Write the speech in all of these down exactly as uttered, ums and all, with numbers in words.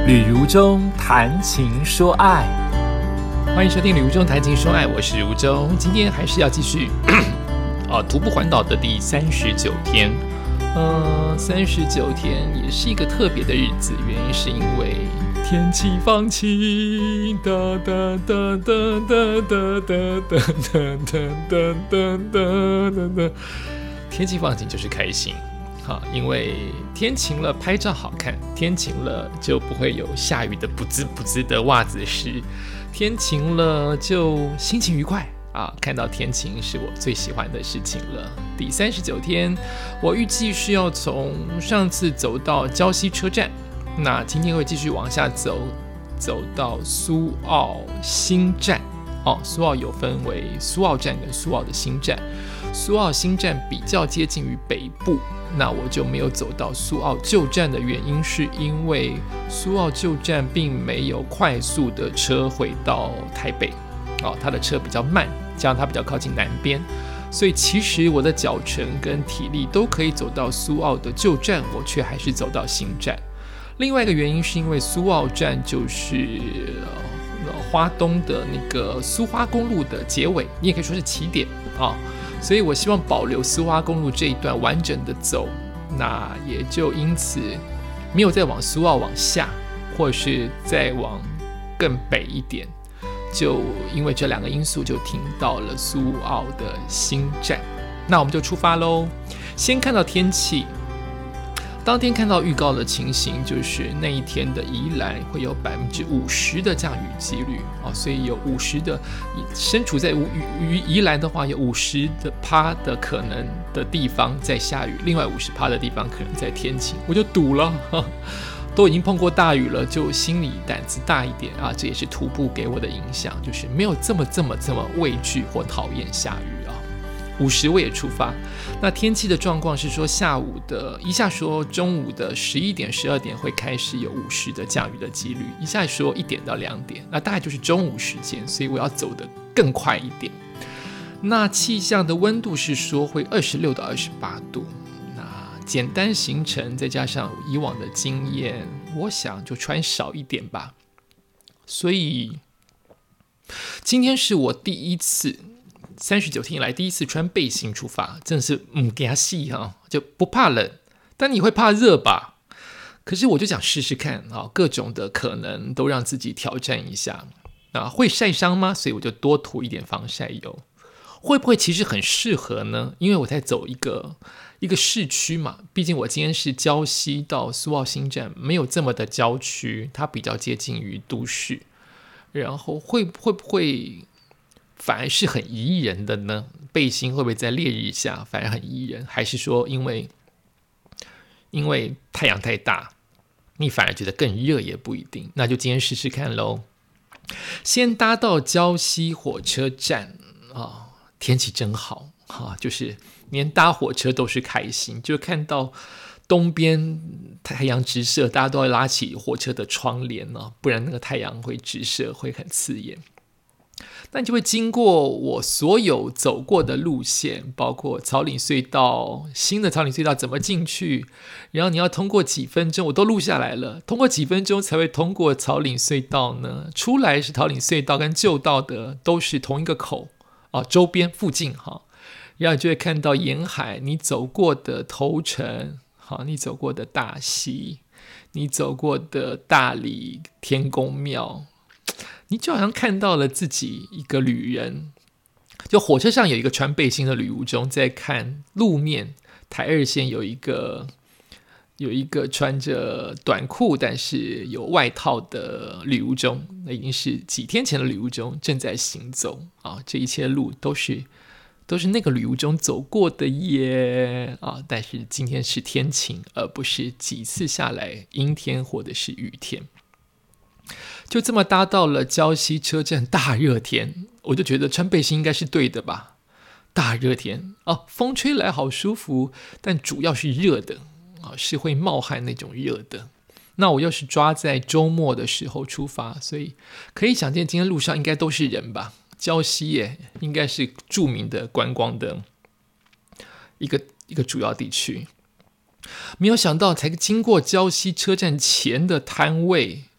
旅如中谈情说爱， 欢迎收听旅如中谈情说爱，我是如中。今天还是要继续啊徒步环岛的第三十九天。嗯，三十九天也是一个特别的日子，原因是因为天气放晴，哒哒哒哒哒哒哒哒哒哒哒哒哒，天气放晴就是开心。好，因为天晴了拍照好看，天晴了就不会有下雨的不滋不滋的袜子湿，天晴了就心情愉快啊！看到天晴是我最喜欢的事情了。第三十九天，我预计是要从上次走到礁溪车站，那今天会继续往下走，走到苏澳新站。哦，苏澳有分为苏澳站跟苏澳的新站，苏澳新站比较接近于北部，那我就没有走到苏澳旧站的原因是因为苏澳旧站并没有快速的车回到台北，哦，它的车比较慢，加上它比较靠近南边，所以其实我的脚程跟体力都可以走到苏澳的旧站，我却还是走到新站。另外一个原因是因为苏澳站就是花东的那个苏花公路的结尾，你也可以说是起点啊，所以我希望保留苏花公路这一段完整的走，那也就因此没有再往苏澳往下，或是再往更北一点，就因为这两个因素就停到了苏澳的新站。那我们就出发咯。先看到天气，当天看到预告的情形，就是那一天的宜兰会有百分之五十的降雨几率、哦、所以有五十的身处在于宜兰的话，有五十的趴的可能的地方在下雨，另外五十趴的地方可能在天晴，我就赌了，呵都已经碰过大雨了，就心里胆子大一点啊！这也是徒步给我的影响，就是没有这么这么这么畏惧或讨厌下雨啊。五十我也出发，那天气的状况是说下午的，一下说中午的十一点、十二点会开始有五十的降雨的几率，一下说一点到两点，那大概就是中午时间，所以我要走得更快一点。那气象的温度是说会二十六到二十八度，那简单行程再加上以往的经验，我想就穿少一点吧。所以今天是我第一次。三十九天以来第一次穿背心出发，真的是唔给他戏哈，就不怕冷，但你会怕热吧？可是我就想试试看啊，各种的可能都让自己挑战一下啊，会晒伤吗？所以我就多涂一点防晒油。会不会其实很适合呢？因为我在走一个一个市区嘛，毕竟我今天是礁溪到苏澳新站，没有这么的郊区，它比较接近于都市。然后会会不会？反而是很宜人的呢？背心会不会在烈日下反而很宜人？还是说因为因为太阳太大，你反而觉得更热也不一定？那就今天试试看咯。先搭到礁溪火车站啊，天气真好啊，就是连搭火车都是开心，就看到东边太阳直射，大家都要拉起火车的窗帘啊，不然那个太阳会直射，会很刺眼。那你就会经过我所有走过的路线，包括草岭隧道，新的草岭隧道怎么进去，然后你要通过几分钟，我都录下来了，通过几分钟才会通过草岭隧道呢？出来是草岭隧道跟旧道的都是同一个口、啊、周边附近哈，然后你就会看到沿海你走过的头城，好，你走过的大溪，你走过的大理天公庙。你就好像看到了自己一个旅人，就火车上有一个穿背心的旅途中，在看路面台二线有一个有一个穿着短裤但是有外套的旅途中，那已经是几天前的旅途中正在行走啊，这一切路都是都是那个旅途中走过的耶啊！但是今天是天晴，而不是几次下来阴天或者是雨天。就这么搭到了礁溪车站，大热天，我就觉得穿背心应该是对的吧。大热天啊，风吹来好舒服，但主要是热的啊，是会冒汗那种热的。那我又是抓在周末的时候出发，所以可以想见今天路上应该都是人吧。礁溪耶，应该是著名的观光的一个一个主要地区。没有想到才经过礁溪车站前的摊位，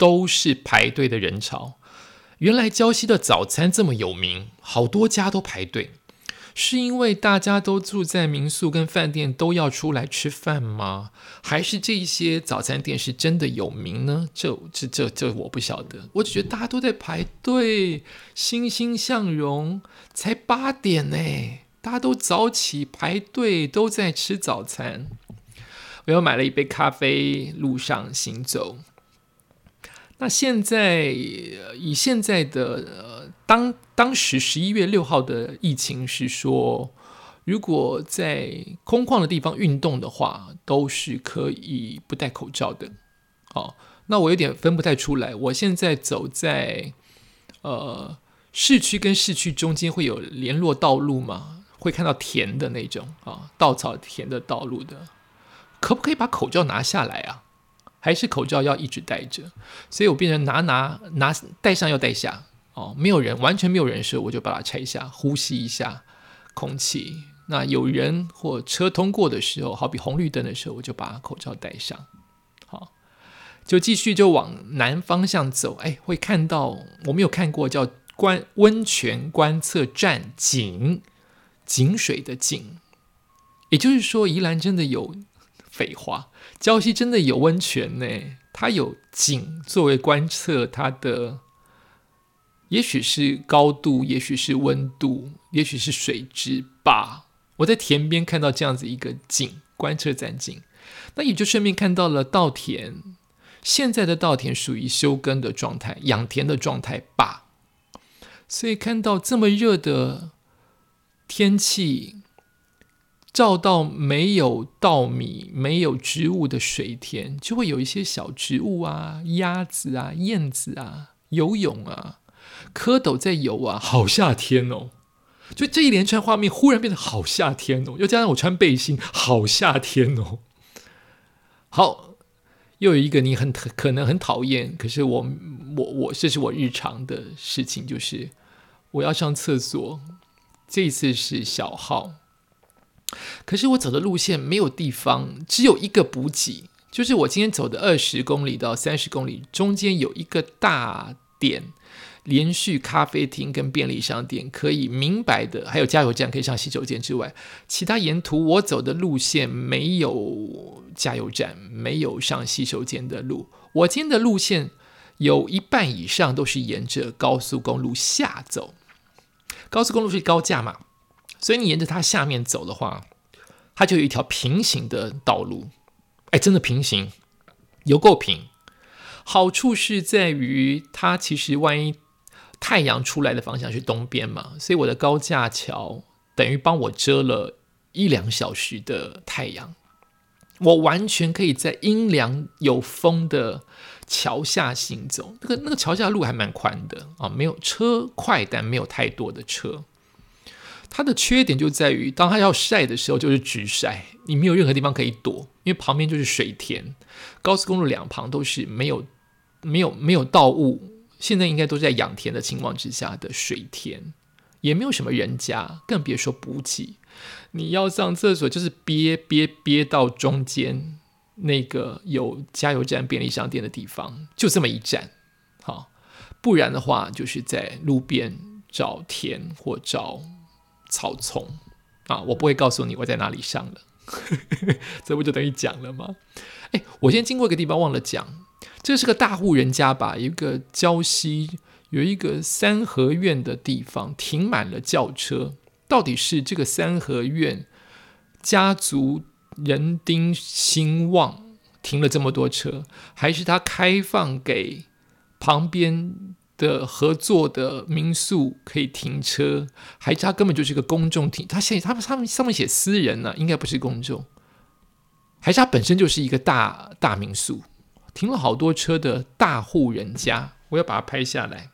都是排队的人潮。原来礁溪的早餐这么有名，好多家都排队，是因为大家都住在民宿跟饭店都要出来吃饭吗？还是这些早餐店是真的有名呢？这这这这我不晓得，我只觉得大家都在排队，欣欣向荣。才八点呢，大家都早起排队，都在吃早餐。我又买了一杯咖啡，路上行走。那现在以现在的、呃、当当时十一月六号的疫情是说，如果在空旷的地方运动的话，都是可以不戴口罩的。哦，那我有点分不太出来。我现在走在呃市区跟市区中间会有联络道路吗？会看到田的那种啊，稻草田的道路的，可不可以把口罩拿下来啊？还是口罩要一直戴着？所以我变成拿拿拿戴上要戴下哦，没有人完全没有人的时候，我就把它拆下，呼吸一下空气。那有人或车通过的时候，好比红绿灯的时候，我就把口罩戴上。好，就继续就往南方向走。哎，会看到我没有看过叫观温泉观测站井，井水的井，也就是说宜兰真的有。废话，礁溪真的有温泉呢，它有井作为观测它的，也许是高度，也许是温度，也许是水质吧。我在田边看到这样子一个井，观测站井，那也就顺便看到了稻田。现在的稻田属于休耕的状态，养田的状态吧。所以看到这么热的天气。照到没有稻米、没有植物的水田，就会有一些小植物啊、鸭子啊、燕子啊游泳啊，蝌蚪在游啊，好夏天哦！就这一连串画面，忽然变得好夏天哦，又加上我穿背心，好夏天哦。好，又有一个你很可能很讨厌，可是我我我这是我日常的事情，就是我要上厕所，这一次是小号。可是我走的路线没有地方，只有一个补给，就是我今天走的二十公里到三十公里中间有一个大点，连续咖啡厅跟便利商店可以明白的，还有加油站可以上洗手间之外，其他沿途我走的路线没有加油站，没有上洗手间的路。我今天的路线有一半以上都是沿着高速公路下走，高速公路是高架嘛。所以你沿着它下面走的话，它就有一条平行的道路，哎，真的平行，有够平。好处是在于它其实万一太阳出来的方向是东边嘛，所以我的高架桥等于帮我遮了一两小时的太阳，我完全可以在阴凉有风的桥下行走。那个那个桥下路还蛮宽的啊，没有车快，但没有太多的车。它的缺点就在于，当它要晒的时候就是直晒，你没有任何地方可以躲，因为旁边就是水田，高速公路两旁都是没有没有没有稻物，现在应该都在养田的情况之下的水田，也没有什么人家，更别说补给。你要上厕所就是憋憋憋到中间那个有加油站、便利商店的地方，就这么一站，好，不然的话就是在路边找田或找草丛啊，我不会告诉你我在哪里上了，这不就等于讲了吗？哎，我先经过一个地方忘了讲，这是个大户人家吧，有一个礁溪有一个三合院的地方停满了轿车，到底是这个三合院家族人丁兴旺停了这么多车，还是他开放给旁边的合作的民宿可以停车，还是它根本就是个公众停？它现它它上面写私人呢、啊，应该不是公众，还是它本身就是一个大大民宿，停了好多车的大户人家，我要把它拍下来。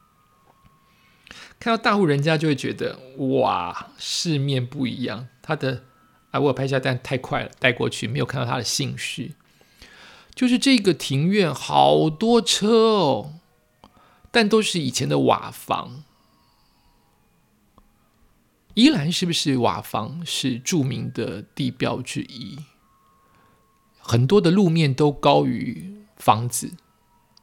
看到大户人家就会觉得哇，世面不一样。他的啊，我有拍下，但太快了，带过去没有看到他的姓氏。就是这个庭院好多车哦。但都是以前的瓦房。宜兰是不是瓦房是著名的地标之一？很多的路面都高于房子，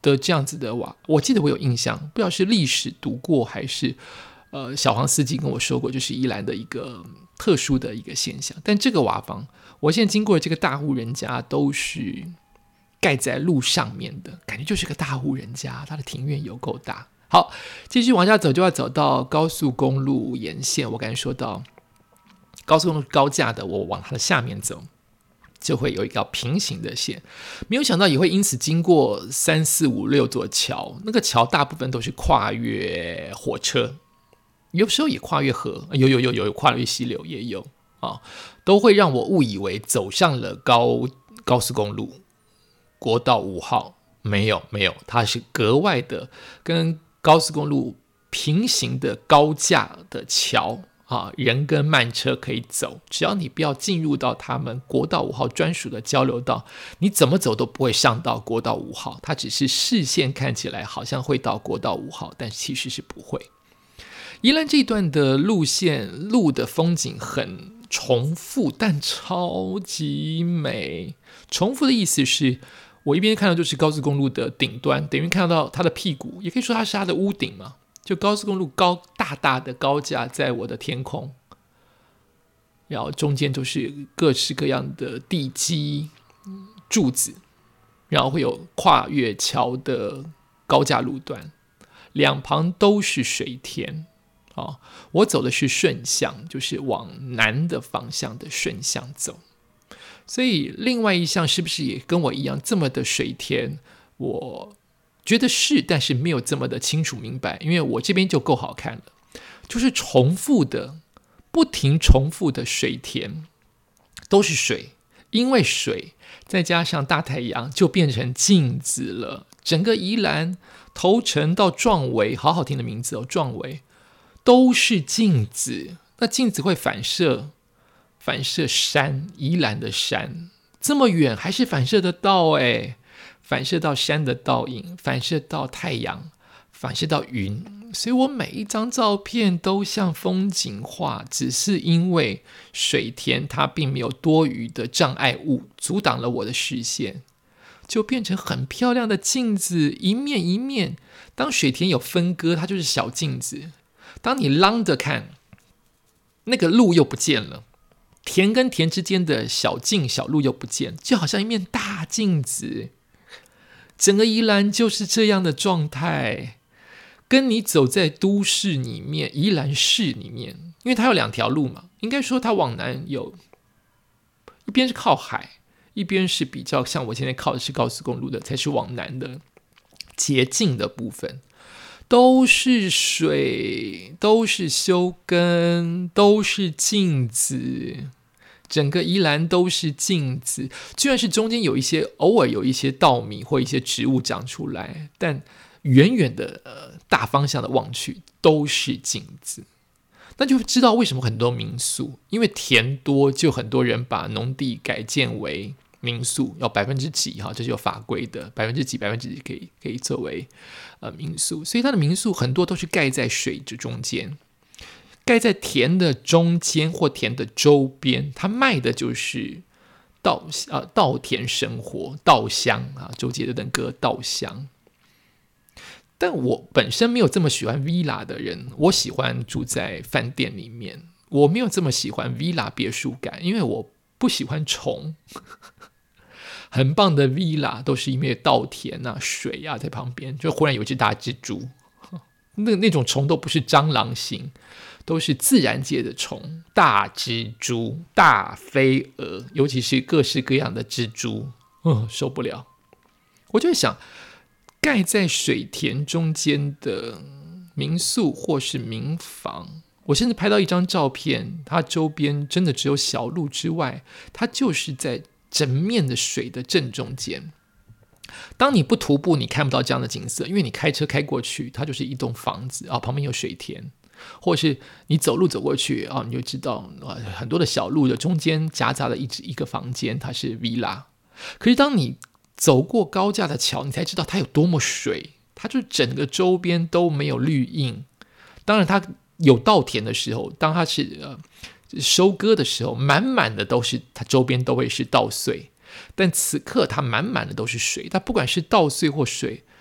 的这样子的瓦，我记得我有印象，不知道是历史读过还是呃小黄司机跟我说过，就是宜兰的一个特殊的一个现象。但这个瓦房，我现在经过这个大户人家，都是盖在路上面的，感觉就是个大户人家，他的庭院有够大。好，继续往下走，就要走到高速公路沿线。我刚才说到高速公路高架的，我往它的下面走，就会有一条平行的线，没有想到也会因此经过三四五六座桥，那个桥大部分都是跨越火车，有时候也跨越河，有有有有跨越溪流也有啊，都会让我误以为走上了高高速公路国道五号，没有没有，它是格外的跟高速公路平行的高架的桥。啊，人跟慢车可以走，只要你不要进入到他们国道五号专属的交流道，你怎么走都不会上到国道五号。它只是视线看起来好像会到国道五号，但其实是不会。宜兰这一段的路线，路的风景很重复，但超级美。重复的意思是，我一边看到就是高速公路的顶端，等于看到它的屁股，也可以说它是它的屋顶嘛。就高速公路高大大的高架在我的天空，然后中间就是各式各样的地基柱子，然后会有跨越桥的高架路段，两旁都是水田。哦，我走的是顺向，就是往南的方向的顺向走，所以另外一项是不是也跟我一样这么的水田？我觉得是，但是没有这么的清楚明白，因为我这边就够好看了，就是重复的不停重复的水田都是水，因为水再加上大太阳就变成镜子了。整个宜兰头城到壮围，好好听的名字哦，壮围都是镜子，那镜子会反射反射山，宜兰的山这么远还是反射得到哎。反射到山的倒影，反射到太阳，反射到云，所以我每一张照片都像风景画，只是因为水田它并没有多余的障碍物阻挡了我的视线，就变成很漂亮的镜子，一面一面。当水田有分割，它就是小镜子，当你浪着看，那个路又不见了，田跟田之间的小径小路又不见，就好像一面大镜子。整个宜兰就是这样的状态，跟你走在都市里面，宜兰市里面，因为它有两条路嘛，应该说它往南有一边是靠海，一边是比较像我现在靠的是高速公路的，才是往南的捷径的部分，都是水，都是修根，都是镜子。整个宜兰都是镜子，居然是中间有一些偶尔有一些稻米或一些植物长出来，但远远的、呃、大方向的望去都是镜子。那就知道为什么很多民宿，因为田多，就很多人把农地改建为民宿，要百分之几哈，这是有法规的，百分之几百分之几可以可以作为呃民宿，所以它的民宿很多都是盖在水的中间。盖在田的中间或田的周边，他卖的就是稻啊稻田生活，稻香啊，周杰伦的歌稻香。但我本身没有这么喜欢 villa 的人，我喜欢住在饭店里面，我没有这么喜欢 villa 别墅感，因为我不喜欢虫。很棒的 villa 都是因为稻田啊、水啊在旁边，就忽然有一只大蜘蛛，那那种虫都不是蟑螂型。都是自然界的虫，大蜘蛛、大飞蛾，尤其是各式各样的蜘蛛，哦，受不了。我就想，盖在水田中间的民宿或是民房，我甚至拍到一张照片，它周边真的只有小路之外，它就是在整面的水的正中间。当你不徒步，你看不到这样的景色，因为你开车开过去，它就是一栋房子啊，旁边有水田。或是你走路走过去啊，你就知道啊，很多的小路的中间夹杂了一一个房间，它是 villa。可是当你走过高架的桥，你才知道它有多么水，它就整个周边都没有绿荫。当然，它有稻田的时候，当它是呃收割的时候，满满的都是，它周边都会是稻穗。但此刻它满满的都是水，它不管是稻穗或水，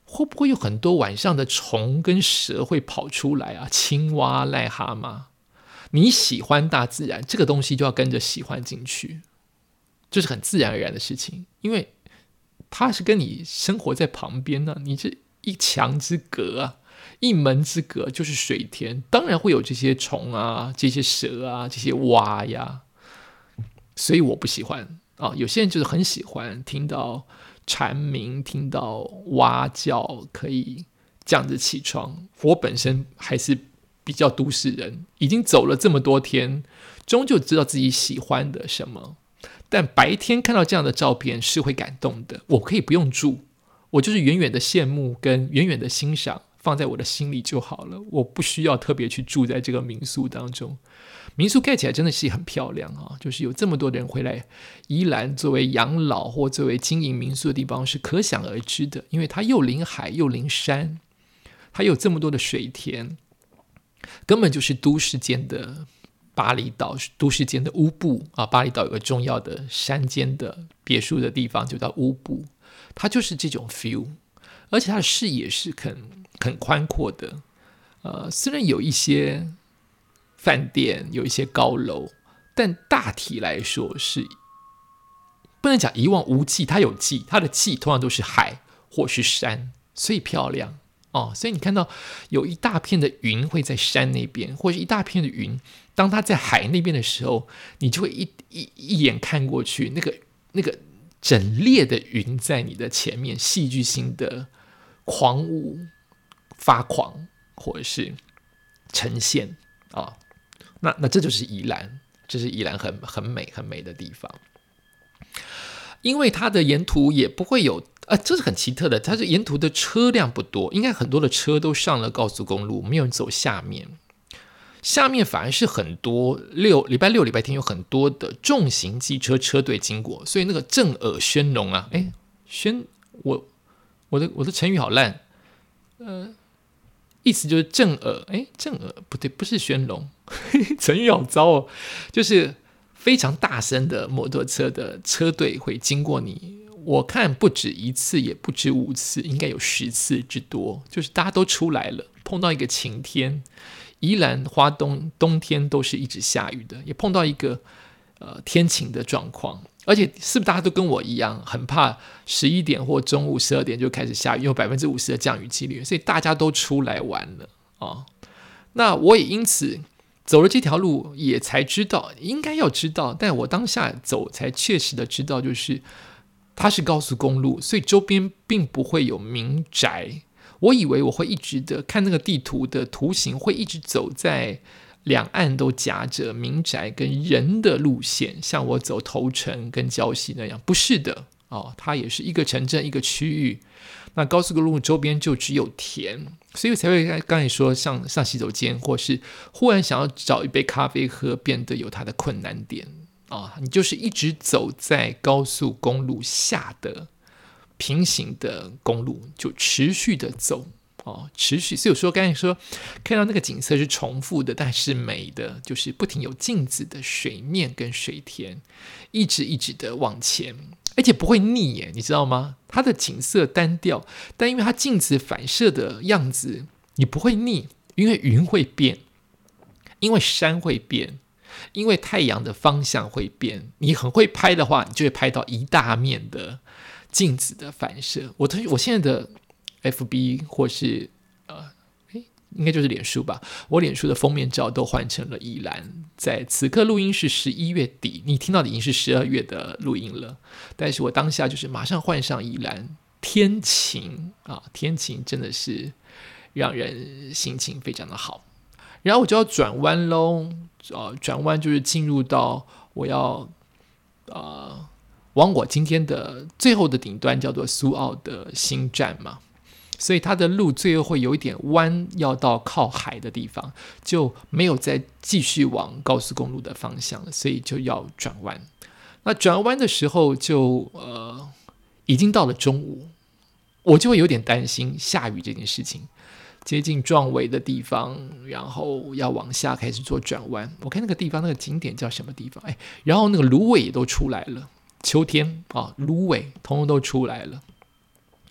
会不会有很多晚上的虫跟蛇会跑出来啊？青蛙、癞蛤蟆，你喜欢大自然，这个东西就要跟着喜欢进去，这是很自然而然的事情，因为它是跟你生活在旁边呢、啊，你这一墙之隔啊，一门之隔就是水田，当然会有这些虫啊、这些蛇啊、这些蛙呀，所以我不喜欢啊。有些人就是很喜欢听到蝉鸣，听到蛙叫，可以这样子起床。我本身还是比较都市人，已经走了这么多天，终究知道自己喜欢的什么。但白天看到这样的照片是会感动的，我可以不用住，我就是远远的羡慕跟远远的欣赏，放在我的心里就好了，我不需要特别去住在这个民宿当中。民宿盖起来真的是很漂亮啊，就是有这么多人回来宜兰作为养老或作为经营民宿的地方是可想而知的，因为它又临海又临山，它有这么多的水田，根本就是都市间的巴厘岛，都市间的乌布啊。巴厘岛有个重要的山间的别墅的地方就叫乌布，它就是这种 feel， 而且它的视野是很很宽阔的。呃，虽然有一些饭店有一些高楼，但大体来说是不能讲一望无际，它有际，它的际通常都是海或是山，所以漂亮哦。所以你看到有一大片的云会在山那边，或者一大片的云，当它在海那边的时候，你就会一一一眼看过去，那个那个整列的云在你的前面，戏剧性的狂舞发狂，或者是呈现啊。哦那那这就是宜兰，这是宜兰很很美很美的地方，因为它的沿途也不会有，呃，这是很奇特的，它是沿途的车辆不多，应该很多的车都上了高速公路，没有人走下面，下面反而是很多六礼拜六礼拜天有很多的重型机车车队经过，所以那个震耳喧隆啊，哎，喧我我的我的成语好烂，呃。意思就是震耳，哎，震耳不对，不是喧隆，成语好糟哦，就是非常大声的摩托车的车队会经过你。我看不止一次，也不止五次，应该有十次之多。就是大家都出来了，碰到一个晴天，宜兰花东冬天都是一直下雨的，也碰到一个呃天晴的状况。而且是不是大家都跟我一样，很怕十一点或中午十二点就开始下雨，有百分之五十的降雨几率，所以大家都出来玩了啊。那我也因此走了这条路，也才知道应该要知道，但我当下走才确实的知道，就是它是高速公路，所以周边并不会有民宅。我以为我会一直的看那个地图的图形，会一直走在两岸都夹着民宅跟人的路线，像我走头城跟礁溪那样，不是的哦，它也是一个城镇一个区域。那高速公路周边就只有田，所以才会刚才说像上洗手间，或是忽然想要找一杯咖啡喝，变得有它的困难点啊、哦。你就是一直走在高速公路下的平行的公路，就持续的走。哦，持续，所以有时候刚才说看到那个景色是重复的，但是美的，就是不停有镜子的水面跟水田，一直一直的往前，而且不会腻耶，你知道吗？它的景色单调，但因为它镜子反射的样子，你不会腻，因为云会变，因为山会变，因为太阳的方向会变。你很会拍的话，你就会拍到一大面的镜子的反射。我我现在的F B 或是呃，应该就是脸书吧。我脸书的封面照都换成了宜兰，在此刻录音是十一月底，你听到的已经是十二月的录音了。但是我当下就是马上换上宜兰，天晴啊，天晴真的是让人心情非常的好。然后我就要转弯喽，呃，转弯就是进入到我要呃往我今天的最后的顶端，叫做苏澳的新站嘛。所以它的路最后会有一点弯，要到靠海的地方，就没有再继续往高速公路的方向了，所以就要转弯。那转弯的时候就呃已经到了中午，我就会有点担心下雨这件事情。接近壮围的地方，然后要往下开始做转弯。我看那个地方那个景点叫什么地方？哎，然后那个芦苇也都出来了，秋天啊，芦苇通通都出来了。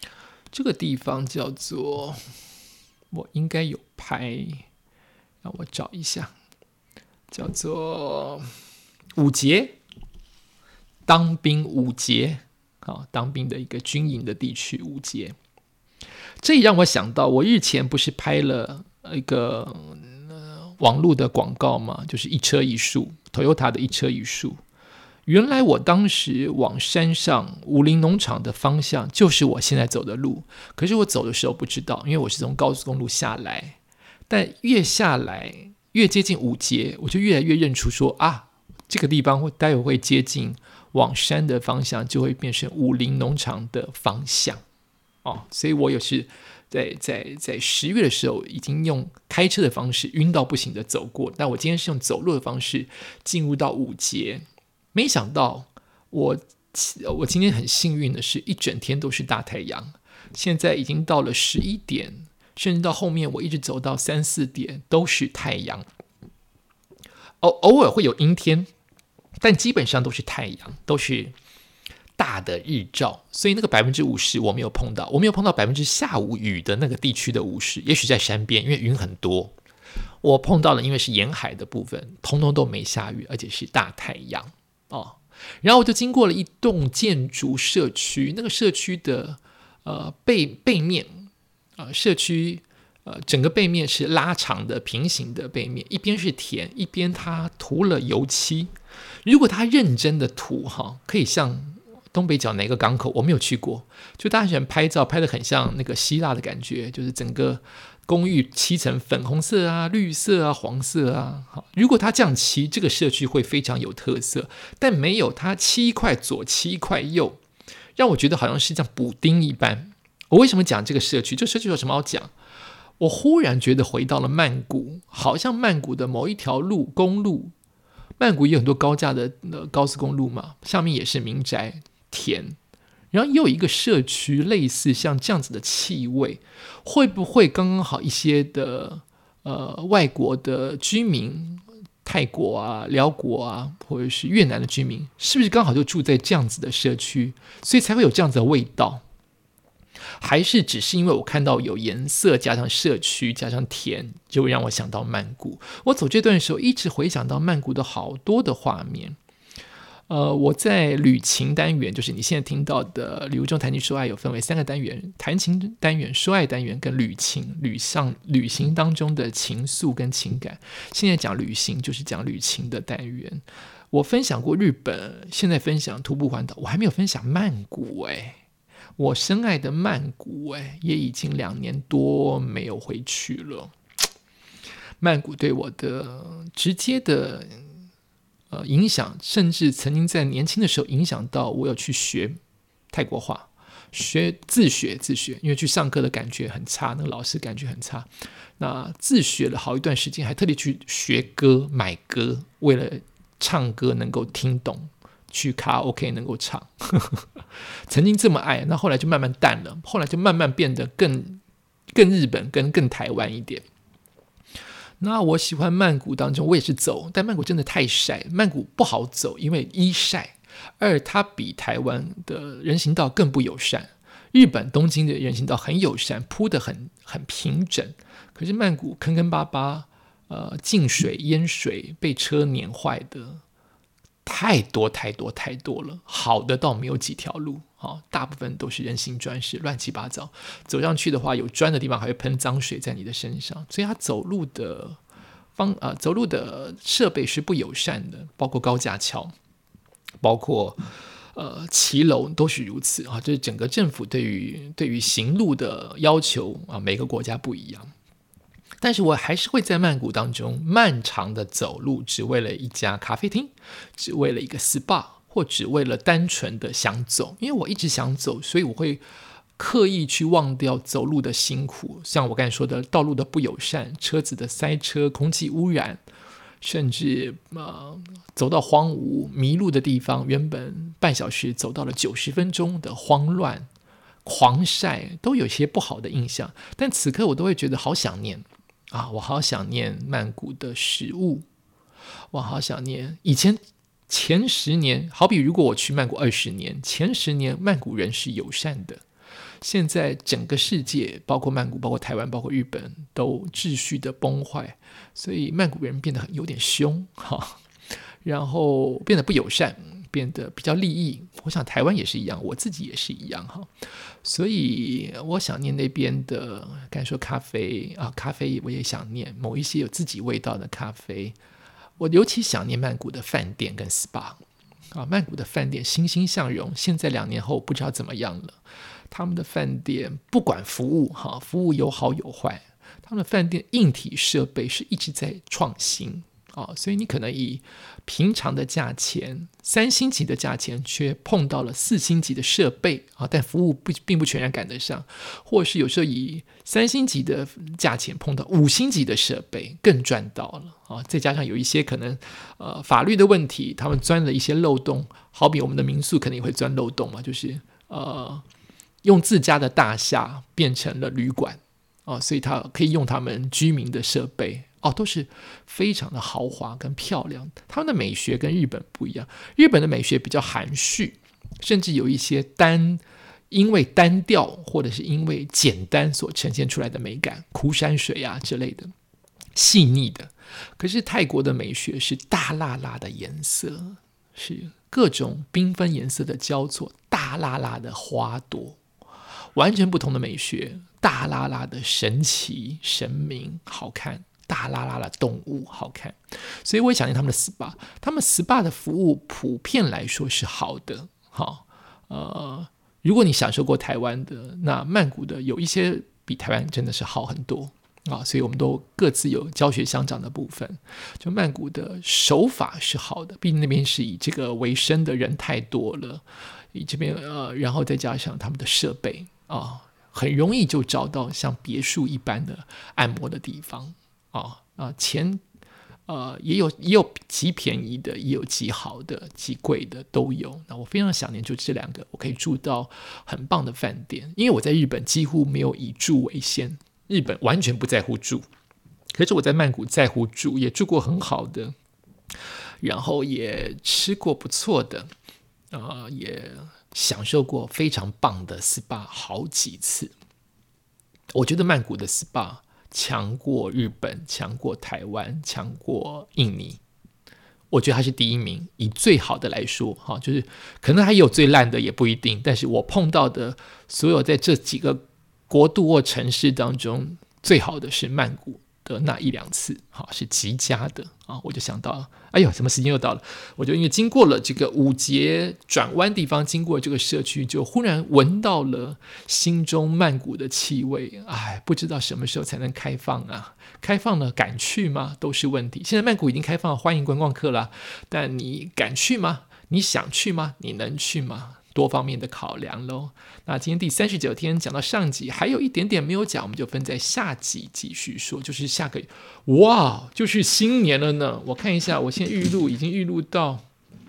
这个地方叫做，我应该有拍，让我找一下，叫做五节，当兵五节，啊，当兵的一个军营的地区五节。这也让我想到，我日前不是拍了一个、呃、网络的广告嘛，就是一车一树 Toyota 的一车一树。原来我当时往山上武陵农场的方向就是我现在走的路，可是我走的时候不知道，因为我是从高速公路下来，但越下来越接近五节，我就越来越认出说啊，这个地方会待会会接近往山的方向，就会变成武陵农场的方向哦，所以我也是在在在十月的时候已经用开车的方式晕到不行的走过，但我今天是用走路的方式进入到五节。没想到我我今天很幸运的是一整天都是大太阳，现在已经到了十一点，甚至到后面我一直走到三四点都是太阳，偶偶尔会有阴天，但基本上都是太阳，都是大的日照，所以那个百分之五十我没有碰到，我没有碰到百分之下午雨的那个地区的五十，也许在山边，因为云很多。我碰到了，因为是沿海的部分，通通都没下雨，而且是大太阳。哦，然后我就经过了一栋建筑社区，那个社区的呃背背面啊、呃，社区呃整个背面是拉长的平行的背面，一边是田，一边它涂了油漆。如果它认真的涂哈，可以像东北角哪个港口，我没有去过，就大家喜欢拍照，拍得很像那个希腊的感觉，就是整个公寓漆成粉红色啊、绿色啊、黄色啊。如果他这样漆，这个社区会非常有特色，但没有，他漆一块左，漆一块右，让我觉得好像是这样补丁一般。我为什么讲这个社区？这社区有什么好讲？我忽然觉得回到了曼谷，好像曼谷的某一条路公路，曼谷也有很多高架的、呃、高速公路嘛，上面也是民宅田。然后也有一个社区类似像这样子的气味，会不会刚刚好一些的呃外国的居民，泰国啊、辽国啊，或者是越南的居民，是不是刚好就住在这样子的社区，所以才会有这样子的味道？还是只是因为我看到有颜色加上社区加上田，就会让我想到曼谷？我走这段的时候一直回想到曼谷的好多的画面。呃，我在旅情单元，就是你现在听到的旅途中谈情说爱，有分为三个单元：谈情单元、说爱单元跟旅情旅上旅行当中的情愫跟情感。现在讲旅行就是讲旅情的单元。我分享过日本，现在分享徒步环岛，我还没有分享曼谷哎，我深爱的曼谷哎，也已经两年多没有回去了。曼谷对我的直接的。呃，影响，甚至曾经在年轻的时候影响到我有去学泰国话，学自学自学，因为去上课的感觉很差，那个老师感觉很差，那自学了好一段时间，还特地去学歌买歌，为了唱歌能够听懂，去卡拉 OK 能够唱曾经这么爱，那后来就慢慢淡了，后来就慢慢变得更更日本跟更台湾一点。那我喜欢曼谷当中，我也是走，但曼谷真的太晒，曼谷不好走，因为一晒，二它比台湾的人行道更不友善。日本东京的人行道很友善，铺得很很平整，可是曼谷坑坑巴巴，呃，进水淹水，被车碾坏的太多太多太多了，好的倒没有几条路。哦、大部分都是人行砖石，乱七八糟。走上去的话，有砖的地方还会喷脏水在你的身上，所以它走路的方呃走路的设备是不友善的，包括高架桥，包括呃骑楼都是如此啊。这是整个政府对于对于行路的要求啊，每个国家不一样。但是我还是会在曼谷当中漫长的走路，只为了一家咖啡厅，只为了一个 S P A。或只为了单纯的想走，因为我一直想走，所以我会刻意去忘掉走路的辛苦，像我刚才说的道路的不友善，车子的塞车，空气污染，甚至、呃、走到荒芜迷路的地方，原本半小时走到了九十分钟的慌乱狂晒，都有些不好的印象。但此刻我都会觉得好想念啊！我好想念曼谷的食物，我好想念以前前十年，好比如果我去曼谷二十年，前十年曼谷人是友善的， 现在整个世界，包括曼谷、包括台湾、包括日本，都秩序的崩坏，所以曼谷人变得有点凶哈，然后变得不友善，变得比较利益。我想台湾也是一样，我自己也是一样哈。所以我想念那边的，刚才说咖啡啊，咖啡我也想念某一些有自己味道的咖啡。我尤其想念曼谷的饭店跟 S P A 啊，曼谷的饭店欣欣向荣，现在两年后不知道怎么样了。他们的饭店不管服务哈，服务有好有坏，他们的饭店硬体设备是一直在创新啊，所以你可能以平常的价钱，三星级的价钱，却碰到了四星级的设备啊，但服务不并不全然赶得上，或是有时候以三星级的价钱碰到五星级的设备，更赚到了啊！再加上有一些可能呃法律的问题，他们钻了一些漏洞，好比我们的民宿可能也会钻漏洞嘛，就是呃用自家的大厦变成了旅馆啊，所以他可以用他们居民的设备。哦，都是非常的豪华跟漂亮，他们的美学跟日本不一样，日本的美学比较含蓄，甚至有一些单因为单调或者是因为简单所呈现出来的美感，枯山水啊之类的，细腻的。可是泰国的美学是大辣辣的颜色，是各种缤纷颜色的交错，大辣辣的花朵，完全不同的美学，大辣辣的神奇神明好看，大拉拉的动物好看，所以我也想念他们的 S P A， 他们 S P A 的服务普遍来说是好的。好，呃，如果你享受过台湾的，那曼谷的有一些比台湾真的是好很多啊，所以我们都各自有教学相长的部分。就曼谷的手法是好的，毕竟那边是以这个为生的人太多了，以这边呃，然后再加上他们的设备啊，很容易就找到像别墅一般的按摩的地方。啊啊，钱呃也有也有极便宜的，也有极好的，极贵的都有。那我非常想念就这两个，我可以住到很棒的饭店，因为我在日本几乎没有以住为先，日本完全不在乎住，可是我在曼谷在乎住，也住过很好的，然后也吃过不错的，呃，也享受过非常棒的 S P A 好几次。我觉得曼谷的 S P A强过日本，强过台湾，强过印尼，我觉得它是第一名。以最好的来说，哈，就是可能还有最烂的也不一定，但是我碰到的所有在这几个国度或城市当中，最好的是曼谷的那一两次，哈，是极佳的啊！我就想到，哎呦，什么时间又到了？我就因为经过了这个五节转弯地方，经过这个社区，就忽然闻到了心中曼谷的气味。哎，不知道什么时候才能开放啊？开放了，敢去吗？都是问题。现在曼谷已经开放了，欢迎观光客了，但你敢去吗？你想去吗？你能去吗？多方面的考量咯。那今天第三十九天讲到上集，还有一点点没有讲，我们就分在下集继续说，就是下个哇，就是新年了呢。我看一下，我现在预录已经预录到，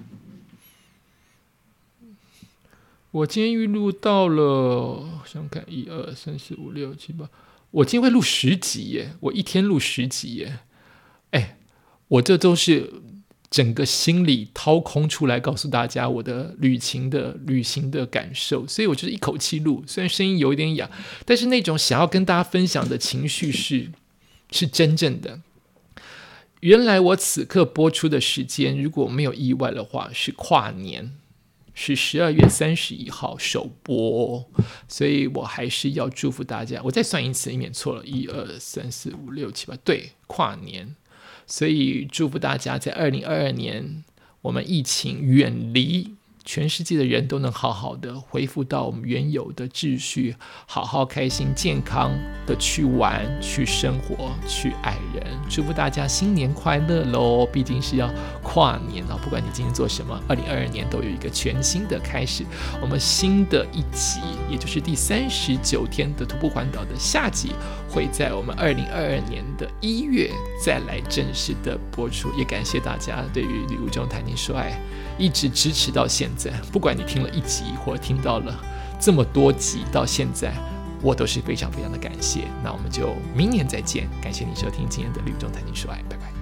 我今天预录到了，想看一二三四五六七八，我今天会录十集耶，我一天录十集耶，哎，我这都是整个心里掏空出来告诉大家我的旅行的旅行的感受，所以我就是一口气录，虽然声音有一点哑，但是那种想要跟大家分享的情绪是是真正的。原来我此刻播出的时间，如果没有意外的话，是跨年，是十二月三十一号首播，所以我还是要祝福大家。我再算一次，以免错了，一二三四五六七八，对，跨年。所以祝福大家在二零二二年，我们疫情远离，全世界的人都能好好的恢复到我们原有的秩序，好好开心健康的去玩，去生活，去爱人。祝福大家新年快乐咯，毕竟是要跨年了，不管你今天做什么，二零二二年都有一个全新的开始。我们新的一集，也就是第三十九天的徒步环岛的下集，会在我们二零二二年的一月再来正式的播出。也感谢大家对于旅途中谈情说爱一直支持到现在，不管你听了一集或听到了这么多集到现在，我都是非常非常的感谢。那我们就明年再见，感谢你收听今天的旅途中谈情说爱，拜拜。